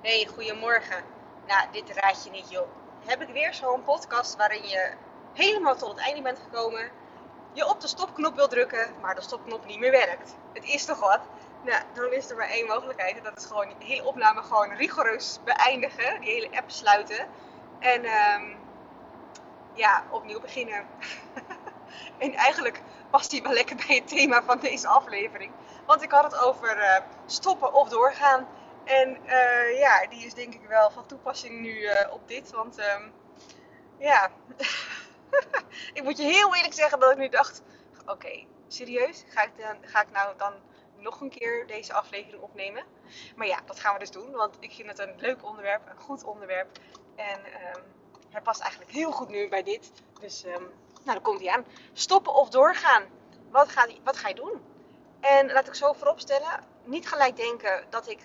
Hey, goedemorgen. Nou, dit raad je niet, joh. Heb ik weer zo'n podcast waarin je helemaal tot het einde bent gekomen, je op de stopknop wil drukken, maar de stopknop niet meer werkt. Het is toch wat? Nou, dan is er maar één mogelijkheid en dat is gewoon die hele opname gewoon rigoureus beëindigen, die hele app sluiten en ja, opnieuw beginnen. En eigenlijk past die wel lekker bij het thema van deze aflevering. Want ik had het over stoppen of doorgaan. En ja, die is denk ik wel van toepassing nu op dit. Want ja, ik moet je heel eerlijk zeggen dat ik nu dacht: oké, serieus? Ga ik nou dan nog een keer deze aflevering opnemen? Maar ja, dat gaan we dus doen. Want ik vind het een leuk onderwerp, een goed onderwerp. En hij past eigenlijk heel goed nu bij dit. Dus nou, dan komt hij aan. Stoppen of doorgaan? Wat ga je doen? En laat ik zo vooropstellen, niet gelijk denken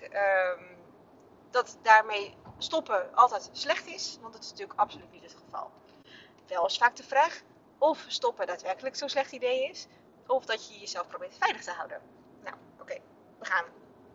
dat daarmee stoppen altijd slecht is. Want dat is natuurlijk absoluut niet het geval. Wel is vaak de vraag of stoppen daadwerkelijk zo'n slecht idee is. Of dat je jezelf probeert veilig te houden. Nou, oké, we gaan.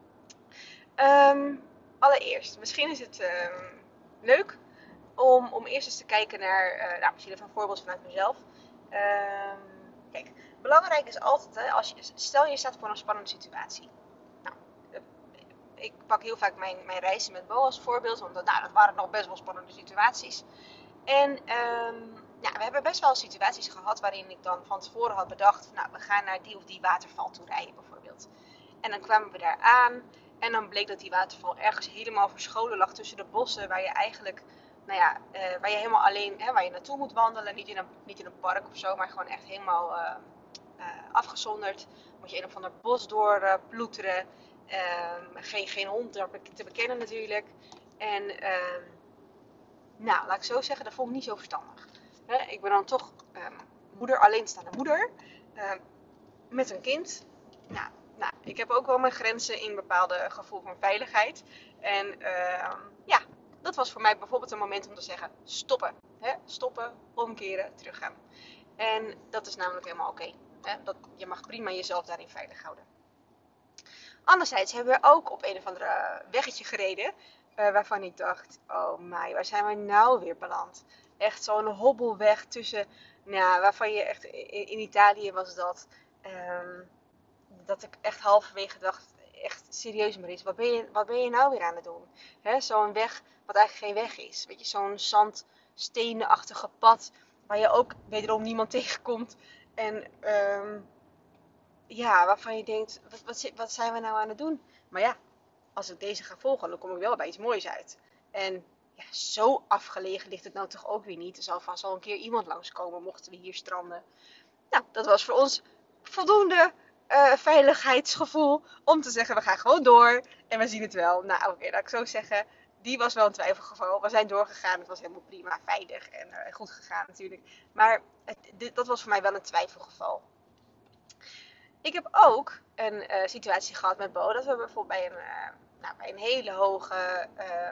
Allereerst, misschien is het leuk om eerst eens te kijken naar, nou, misschien even een voorbeeld vanuit mezelf. Kijk, belangrijk is altijd, hè, stel je staat voor een spannende situatie. Nou, ik pak heel vaak mijn reizen met Bo als voorbeeld, want nou, dat waren nog best wel spannende situaties. En ja, we hebben best wel situaties gehad waarin ik dan van tevoren had bedacht, nou, we gaan naar die of die waterval toe rijden bijvoorbeeld. En dan kwamen we daar aan en dan bleek dat die waterval ergens helemaal verscholen lag tussen de bossen waar je eigenlijk, nou ja, waar je helemaal alleen, waar je naartoe moet wandelen. Niet in een park of zo, maar gewoon echt helemaal afgezonderd. Moet je een of ander bos door ploeteren. Geen hond te bekennen natuurlijk. En nou, laat ik zo zeggen, dat vond ik niet zo verstandig. Ik ben dan toch alleenstaande moeder. Met een kind. Nou, ik heb ook wel mijn grenzen in bepaalde gevoel van veiligheid. En ja, dat was voor mij bijvoorbeeld een moment om te zeggen: stoppen. Stoppen, omkeren, teruggaan. En dat is namelijk helemaal oké. Je mag prima jezelf daarin veilig houden. Anderzijds hebben we ook op een of andere weggetje gereden. Waarvan ik dacht: oh my, waar zijn we nou weer beland? Echt zo'n hobbelweg tussen. Nou, waarvan je echt. In Italië was dat. ehm, dat ik echt halverwege dacht: echt serieus Maries, wat ben je nou weer aan het doen? Zo'n weg wat eigenlijk geen weg is. Weet je, zo'n zandstenenachtige pad. Waar je ook wederom niemand tegenkomt. En ja, waarvan je denkt: wat zijn we nou aan het doen? Maar ja, als ik deze ga volgen, dan kom ik wel bij iets moois uit. En ja, zo afgelegen ligt het nou toch ook weer niet. Er zal vast wel een keer iemand langskomen mochten we hier stranden. Nou, dat was voor ons voldoende veiligheidsgevoel om te zeggen: we gaan gewoon door en we zien het wel. Nou, oké, laat ik zo zeggen. Die was wel een twijfelgeval. We zijn doorgegaan. Het was helemaal prima, veilig en goed gegaan natuurlijk. Maar dat was voor mij wel een twijfelgeval. Ik heb ook een situatie gehad met Bo. Dat we bijvoorbeeld bij een hele hoge.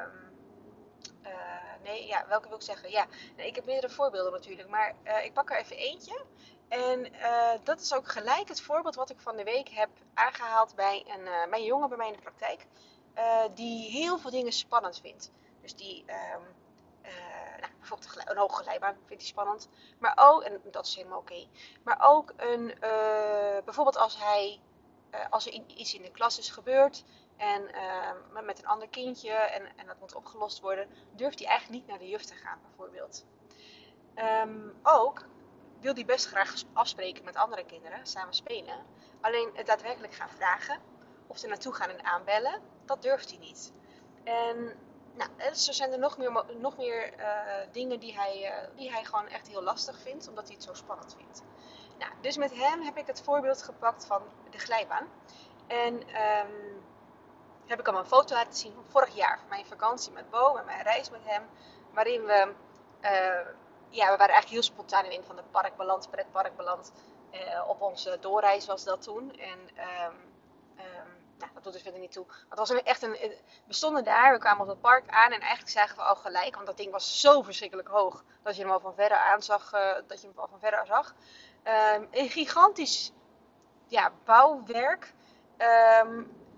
Nee, ja, welke wil ik zeggen? Ja, nee, ik heb meerdere voorbeelden natuurlijk. Maar ik pak er even eentje. En dat is ook gelijk het voorbeeld wat ik van de week heb aangehaald bij een jongen bij mij in de praktijk. Die heel veel dingen spannend vindt. Dus die nou, bijvoorbeeld een hoge glijbaan vindt hij spannend. Maar ook, en dat is helemaal oké. Maar ook bijvoorbeeld als er iets in de klas is gebeurd en met een ander kindje en dat moet opgelost worden, durft hij eigenlijk niet naar de juf te gaan bijvoorbeeld. Ook wil hij best graag afspreken met andere kinderen, samen spelen. Alleen het daadwerkelijk gaan vragen of er naartoe gaan en aanbellen, dat durft hij niet. En nou, zo zijn er nog meer dingen die hij gewoon echt heel lastig vindt, omdat hij het zo spannend vindt. Nou, dus met hem heb ik het voorbeeld gepakt van de glijbaan. En heb ik al een foto laten zien van vorig jaar, van mijn vakantie met Bo en mijn reis met hem. Waarin ja, we waren eigenlijk heel spontaan in een van de pretpark beland. Op onze doorreis was dat toen. En nou, dat doet er verder niet toe. Het was we stonden daar, we kwamen op het park aan en eigenlijk zagen we al gelijk, want dat ding was zo verschrikkelijk hoog, dat je hem al van verre aanzag, dat je hem al van verre zag. Een gigantisch, ja, bouwwerk.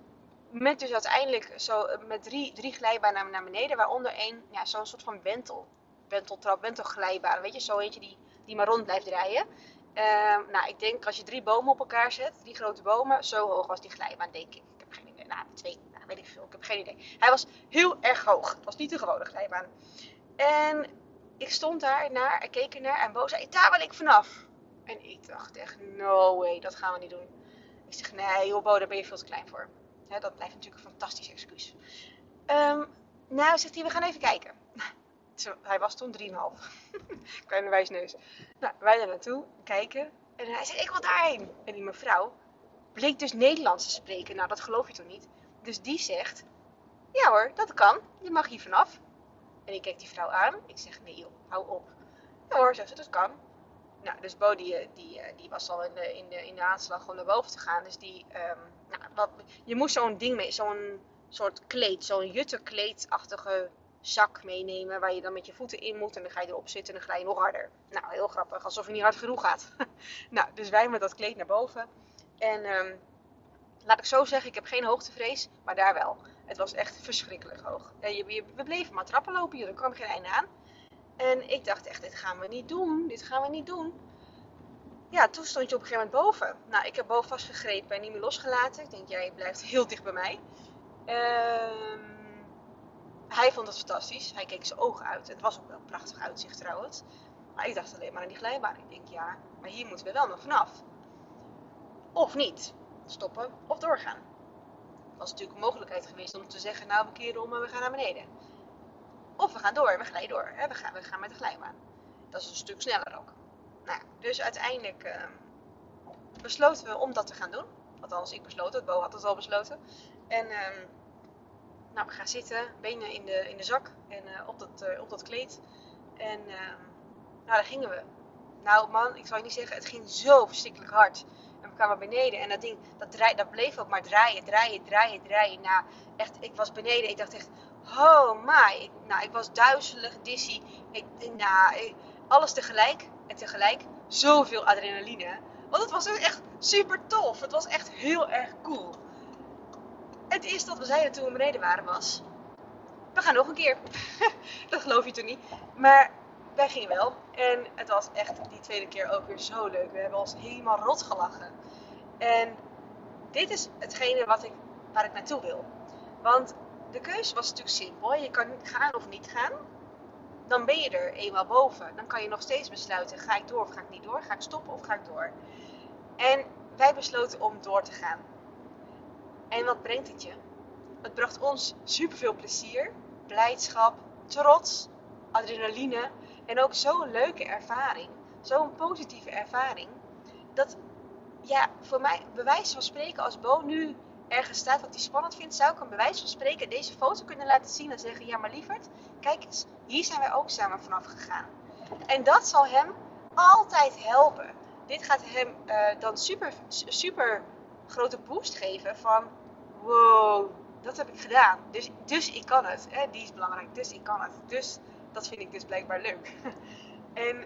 Met dus uiteindelijk met drie glijbanen naar beneden, waaronder één, ja, zo'n soort van wentelglijbaan. Weet je, zo eentje die maar rond blijft draaien. Nou, ik denk als je 3 bomen op elkaar zet, 3 grote bomen, zo hoog was die glijbaan, denk ik. Ik heb geen idee. Nou, 2, nou, weet ik veel. Ik heb geen idee. Hij was heel erg hoog. Het was niet de gewone glijbaan. En ik stond daar naar, ik keek ernaar en Bo zei, daar wil ik vanaf. En ik dacht echt, no way, dat gaan we niet doen. Ik zeg, nee joh Bo, daar ben je veel te klein voor. Dat blijft natuurlijk een fantastisch excuus. Nou, zegt hij, we gaan even kijken. Hij was toen 3,5. Kleine wijsneus. Nou, wij daar naartoe, kijken. En hij zegt, ik wil daarheen. En die mevrouw bleek dus Nederlands te spreken. Nou, dat geloof je toch niet? Dus die zegt, ja hoor, dat kan. Je mag hier vanaf. En ik keek die vrouw aan. Ik zeg, nee joh, hou op. Ja hoor, zegt ze, dat kan. Nou, dus Bo die was al in de aanslag om naar boven te gaan. Dus je moest zo'n ding mee, zo'n soort kleed, zo'n juttekleedachtige zak meenemen. Waar je dan met je voeten in moet en dan ga je erop zitten en dan ga je nog harder. Nou, heel grappig, alsof je niet hard genoeg gaat. Nou, dus wij met dat kleed naar boven. En laat ik zo zeggen, ik heb geen hoogtevrees, maar daar wel. Het was echt verschrikkelijk hoog. We bleven maar trappen lopen hier, er kwam geen einde aan. En ik dacht echt, dit gaan we niet doen. Ja, toen stond je op een gegeven moment boven. Nou, ik heb Bo vastgegrepen en niet meer losgelaten. Ik denk, jij blijft heel dicht bij mij. Hij vond het fantastisch. Hij keek zijn ogen uit. Het was ook wel een prachtig uitzicht trouwens. Maar ik dacht alleen maar aan die glijbaan. Ik denk, ja, maar hier moeten we wel nog vanaf. Of niet. Stoppen of doorgaan. Het was natuurlijk een mogelijkheid geweest om te zeggen, nou, we keren om en we gaan naar beneden. Of we gaan door, we glijden door. Hè? We gaan met de glijbaan. Dat is een stuk sneller ook. Nou, dus uiteindelijk besloten we om dat te gaan doen. Althans, ik besloot het. Bo had het al besloten. En nou, we gaan zitten, benen in de zak en op dat kleed. En nou, daar gingen we. Nou man, ik zal je niet zeggen, het ging zo verschrikkelijk hard. En we kwamen beneden en dat ding, dat bleef ook maar draaien. Nou, echt, ik was beneden. Ik dacht echt, oh my. Ik was duizelig, dizzy. Alles tegelijk. En tegelijk zoveel adrenaline. Want het was ook echt super tof. Het was echt heel erg cool. Het eerste wat we zeiden toen we beneden waren was, we gaan nog een keer. Dat geloof je toen niet. Maar wij gingen wel. En het was echt die tweede keer ook weer zo leuk. We hebben ons helemaal rot gelachen. En dit is hetgene waar ik naartoe wil. Want de keuze was natuurlijk simpel. Je kan gaan of niet gaan. Dan ben je er eenmaal boven. Dan kan je nog steeds besluiten, ga ik door of ga ik niet door? Ga ik stoppen of ga ik door? En wij besloten om door te gaan. En wat brengt het je? Het bracht ons superveel plezier, blijdschap, trots, adrenaline en ook zo'n leuke ervaring. Zo'n positieve ervaring. Dat, ja, voor mij, bewijs van spreken, als Bo nu ergens staat wat hij spannend vindt, zou ik hem bewijs van spreken deze foto kunnen laten zien en zeggen, ja maar lieverd, kijk eens, hier zijn wij ook samen vanaf gegaan. En dat zal hem altijd helpen. Dit gaat hem dan super grote boost geven van, wow, dat heb ik gedaan. Dus ik kan het. Die is belangrijk. Dus ik kan het. Dus dat vind ik dus blijkbaar leuk. En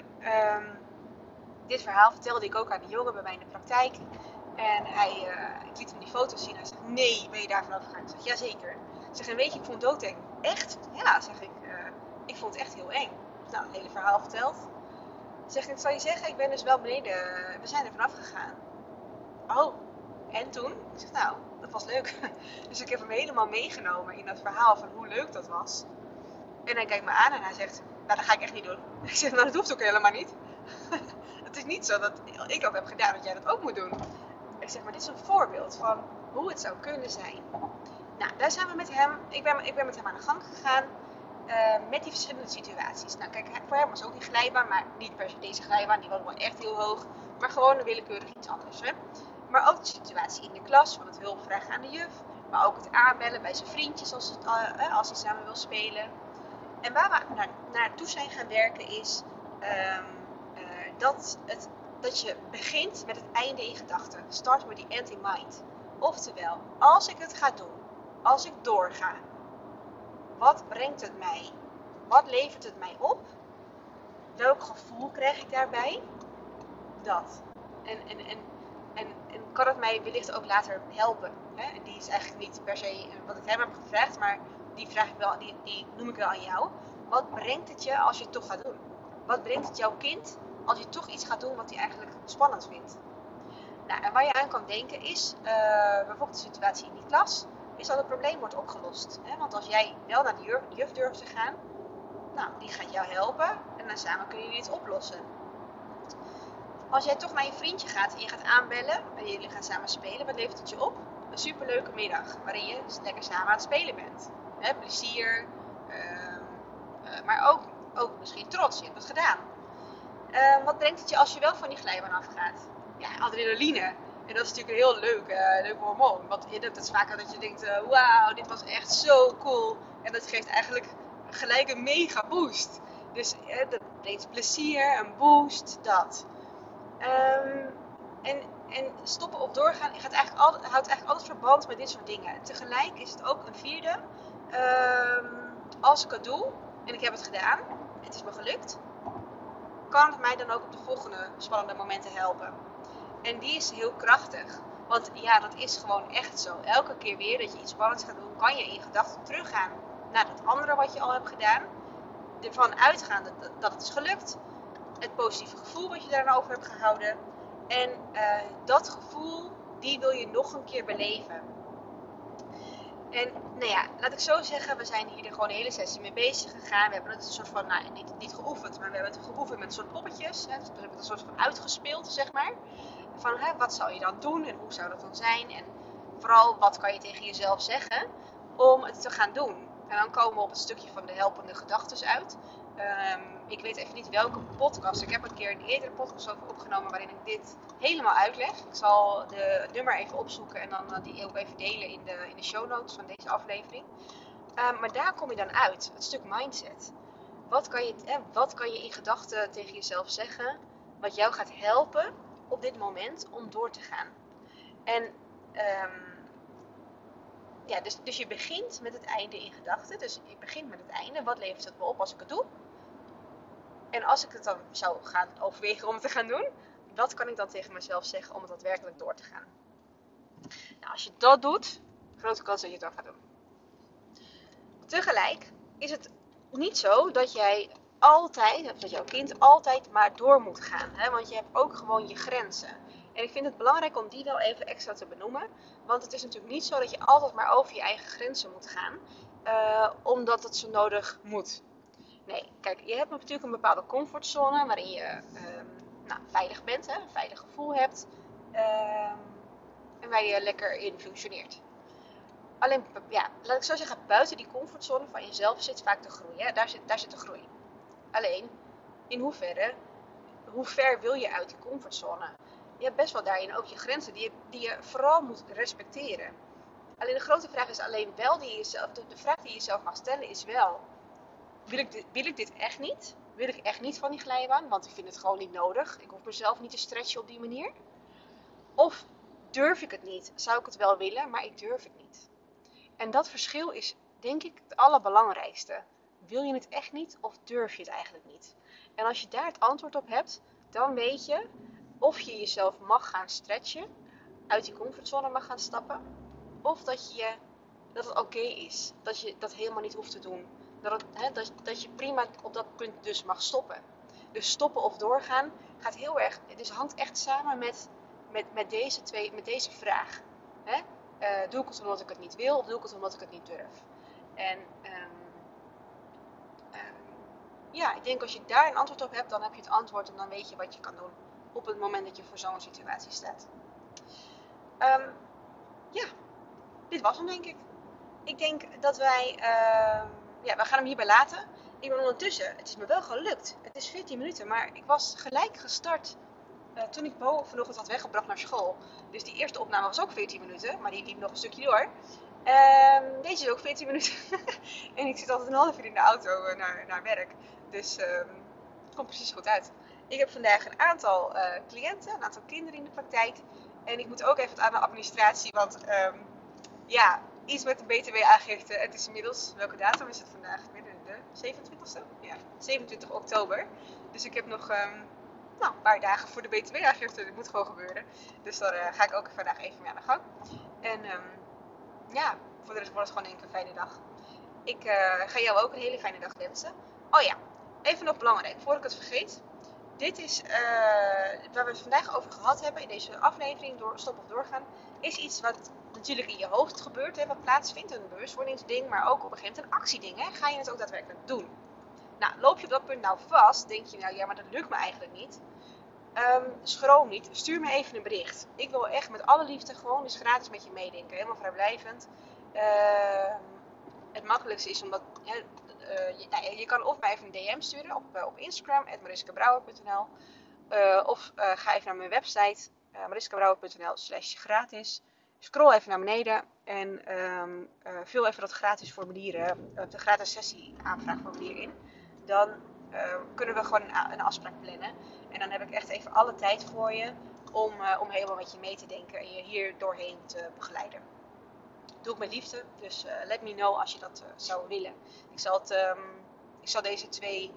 dit verhaal vertelde ik ook aan de jongen bij mij in de praktijk. En ik liet hem die foto's zien. Hij zegt, nee, ben je daar vanaf gegaan? Ik zeg, jazeker. Ik zeg, en weet je, ik vond het doodeng. Echt? Ja, zeg ik. Ik vond het echt heel eng. Nou, het hele verhaal verteld. Zeg ik, zal je zeggen, ik ben dus wel beneden. We zijn er vanaf gegaan. Oh, en toen? Ik zeg, nou, dat was leuk. Dus ik heb hem helemaal meegenomen in dat verhaal van hoe leuk dat was. En hij kijkt me aan en hij zegt, nou, dat ga ik echt niet doen. Ik zeg, nou, dat hoeft ook helemaal niet. Het is niet zo dat ik dat heb gedaan, dat jij dat ook moet doen. Ik zeg, maar dit is een voorbeeld van hoe het zou kunnen zijn. Nou, daar zijn we met hem, ik ben met hem aan de gang gegaan. Met die verschillende situaties. Nou, kijk, voor hem was ook die glijbaan, maar niet per se deze glijbaan, die was wel echt heel hoog. Maar gewoon een willekeurig iets anders, hè. Maar ook de situatie in de klas, van het hulp vragen aan de juf. Maar ook het aanbellen bij zijn vriendjes als hij samen wil spelen. En waar we naartoe zijn gaan werken is dat je begint met het einde in gedachten. Start with the end in mind. Oftewel, als ik het ga doen, als ik doorga, wat brengt het mij? Wat levert het mij op? Welk gevoel krijg ik daarbij? Dat. En kan het mij wellicht ook later helpen. Hè? En die is eigenlijk niet per se wat ik hem heb gevraagd, maar die vraag ik wel, die noem ik wel aan jou. Wat brengt het je als je het toch gaat doen? Wat brengt het jouw kind als je toch iets gaat doen wat hij eigenlijk spannend vindt? Nou, en waar je aan kan denken is bijvoorbeeld de situatie in die klas, is dat het probleem wordt opgelost. Hè? Want als jij wel naar de juf durft te gaan, nou, die gaat jou helpen en dan samen kunnen jullie het oplossen. Als jij toch naar je vriendje gaat en je gaat aanbellen en jullie gaan samen spelen, wat levert het je op? Een superleuke middag waarin je lekker samen aan het spelen bent. Hè, plezier, maar ook misschien trots, je hebt het gedaan. Wat brengt het je als je wel van die glijbaan afgaat? Ja, adrenaline. En dat is natuurlijk een heel leuk hormoon. Want je hebt het vaker dat je denkt, wauw, dit was echt zo cool. En dat geeft eigenlijk gelijk een mega boost. Dus dat brengt plezier, een boost, dat. En stoppen of doorgaan houdt eigenlijk altijd verband met dit soort dingen. Tegelijk is het ook een vierde. Als ik het doe en ik heb het gedaan, het is me gelukt, kan het mij dan ook op de volgende spannende momenten helpen. En die is heel krachtig. Want ja, dat is gewoon echt zo. Elke keer weer dat je iets spannends gaat doen, kan je in je gedachten teruggaan naar dat andere wat je al hebt gedaan. Ervan uitgaan dat het is gelukt. Het positieve gevoel wat je daarover over hebt gehouden. En dat gevoel, die wil je nog een keer beleven. En nou ja, laat ik zo zeggen, we zijn hier gewoon de hele sessie mee bezig gegaan. We hebben het een soort van, niet geoefend, maar we hebben het geoefend met een soort poppetjes. Hè. Dus we hebben het een soort van uitgespeeld, zeg maar. Van wat zou je dan doen en hoe zou dat dan zijn? En vooral, wat kan je tegen jezelf zeggen om het te gaan doen? En dan komen we op het stukje van de helpende gedachtes uit. Ik weet even niet welke podcast. Ik heb een keer een eerdere podcast over opgenomen waarin ik dit helemaal uitleg. Ik zal de nummer even opzoeken en dan die ook even delen in de show notes van deze aflevering. Maar daar kom je dan uit, het stuk mindset. Wat kan je in gedachten tegen jezelf zeggen wat jou gaat helpen op dit moment om door te gaan? En dus je begint met het einde in gedachten. Dus je begint met het einde. Wat levert het me op als ik het doe? En als ik het dan zou gaan overwegen om het te gaan doen, wat kan ik dan tegen mezelf zeggen om het daadwerkelijk door te gaan? Nou, als je dat doet, grote kans dat je het dan gaat doen. Tegelijk is het niet zo dat dat jouw kind altijd maar door moet gaan. Hè? Want je hebt ook gewoon je grenzen. En ik vind het belangrijk om die wel even extra te benoemen. Want het is natuurlijk niet zo dat je altijd maar over je eigen grenzen moet gaan. Omdat het zo nodig moet. Nee, kijk, je hebt natuurlijk een bepaalde comfortzone waarin je veilig bent, hè, een veilig gevoel hebt. En waar je lekker in functioneert. Alleen, ja, laat ik zo zeggen, buiten die comfortzone van jezelf zit vaak de groei. Hè? Daar zit de groei. Alleen, hoe ver wil je uit die comfortzone? Je hebt best wel daarin ook je grenzen die je vooral moet respecteren. Alleen de grote vraag is alleen wel de vraag die je jezelf mag stellen is wel, wil ik dit echt niet? Wil ik echt niet van die glijbaan? Want ik vind het gewoon niet nodig. Ik hoef mezelf niet te stretchen op die manier. Of durf ik het niet? Zou ik het wel willen, maar ik durf het niet. En dat verschil is, denk ik, het allerbelangrijkste. Wil je het echt niet of durf je het eigenlijk niet? En als je daar het antwoord op hebt, dan weet je of je jezelf mag gaan stretchen, uit die comfortzone mag gaan stappen, of dat het oké is. Dat je dat helemaal niet hoeft te doen. Dat je prima op dat punt dus mag stoppen. Dus stoppen of doorgaan gaat heel erg, dus hangt echt samen met deze vraag. Hè? Doe ik het omdat ik het niet wil of doe ik het omdat ik het niet durf? En ik denk als je daar een antwoord op hebt, dan heb je het antwoord en dan weet je wat je kan doen op het moment dat je voor zo'n situatie staat. Dit was hem denk ik. Ik denk dat we gaan hem hierbij laten. Ik ben ondertussen, het is me wel gelukt. Het is 14 minuten, maar ik was gelijk gestart toen ik Bo vanochtend had weggebracht naar school. Dus die eerste opname was ook 14 minuten, maar die liep nog een stukje door. Deze is ook 14 minuten. En ik zit altijd een half uur in de auto naar werk. Dus het komt precies goed uit. Ik heb vandaag een aantal cliënten, een aantal kinderen in de praktijk. En ik moet ook even aan de administratie, want iets met de BTW-aangifte. Het is inmiddels, welke datum is het vandaag? De 27e? Ja, 27 oktober. Dus ik heb nog een paar dagen voor de btw-aangifte. Dat moet gewoon gebeuren. Dus daar ga ik ook vandaag even mee aan de gang. En voor de rest wordt het gewoon een fijne dag. Ik ga jou ook een hele fijne dag wensen. Oh ja, even nog belangrijk, voor ik het vergeet. Dit is waar we het vandaag over gehad hebben in deze aflevering, door stop of doorgaan, is iets wat natuurlijk in je hoofd gebeurt, hè, wat plaatsvindt, een bewustwordingsding, maar ook op een gegeven moment een actieding. Hè. Ga je het ook daadwerkelijk doen? Nou, loop je op dat punt nou vast, denk je nou ja, maar dat lukt me eigenlijk niet. Schroom niet, stuur me even een bericht. Ik wil echt met alle liefde gewoon eens gratis met je meedenken, helemaal vrijblijvend. Het makkelijkste is omdat je kan of mij even een DM sturen op Instagram, mariskabrouwer.nl. Of ga even naar mijn website, mariskabrouwer.nl/gratis. Scroll even naar beneden en vul even dat gratis formulier, de gratis sessie aanvraagformulier in. Dan kunnen we gewoon een afspraak plannen. En dan heb ik echt even alle tijd voor je om helemaal met je mee te denken en je hier doorheen te begeleiden. Doe ik met liefde, dus let me know als je dat zou willen. Ik zal deze twee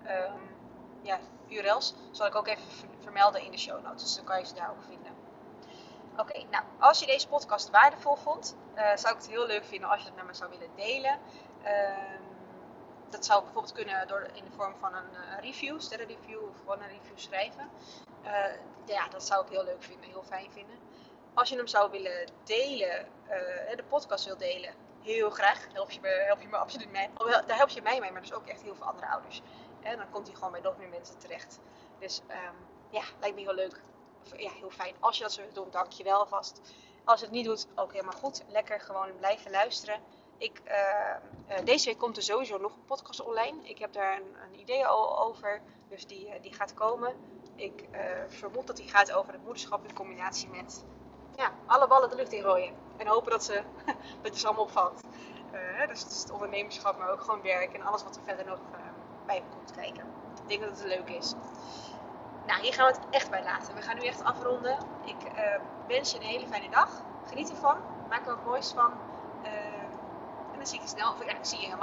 URL's zal ik ook even vermelden in de show notes, dus dan kan je ze daar ook vinden. Oké, nou, als je deze podcast waardevol vond, zou ik het heel leuk vinden als je het met me zou willen delen. Dat zou bijvoorbeeld kunnen in de vorm van een review, sterrenreview of gewoon een review schrijven. Dat zou ik heel leuk vinden, heel fijn vinden. Als je hem zou willen delen, de podcast wil delen, heel graag. Help je me absoluut mee. Daar help je mij mee, maar dus ook echt heel veel andere ouders. En dan komt hij gewoon bij nog meer mensen terecht. Dus lijkt me heel leuk. Ja, heel fijn. Als je dat zou doen, dank je wel alvast. Als je het niet doet, ook helemaal goed. Lekker gewoon blijven luisteren. Deze week komt er sowieso nog een podcast online. Ik heb daar een idee over. Dus die gaat komen. Ik vermoed dat die gaat over het moederschap in combinatie met alle ballen de lucht in gooien. En hopen dat het ze allemaal opvalt. Dus het is het ondernemerschap, maar ook gewoon werk en alles wat er verder nog bij komt kijken. Ik denk dat het leuk is. Nou, hier gaan we het echt bij laten. We gaan nu echt afronden. Ik wens je een hele fijne dag. Geniet ervan. Maak er wat moois van. En dan zie ik je snel. Of ik zie je helemaal.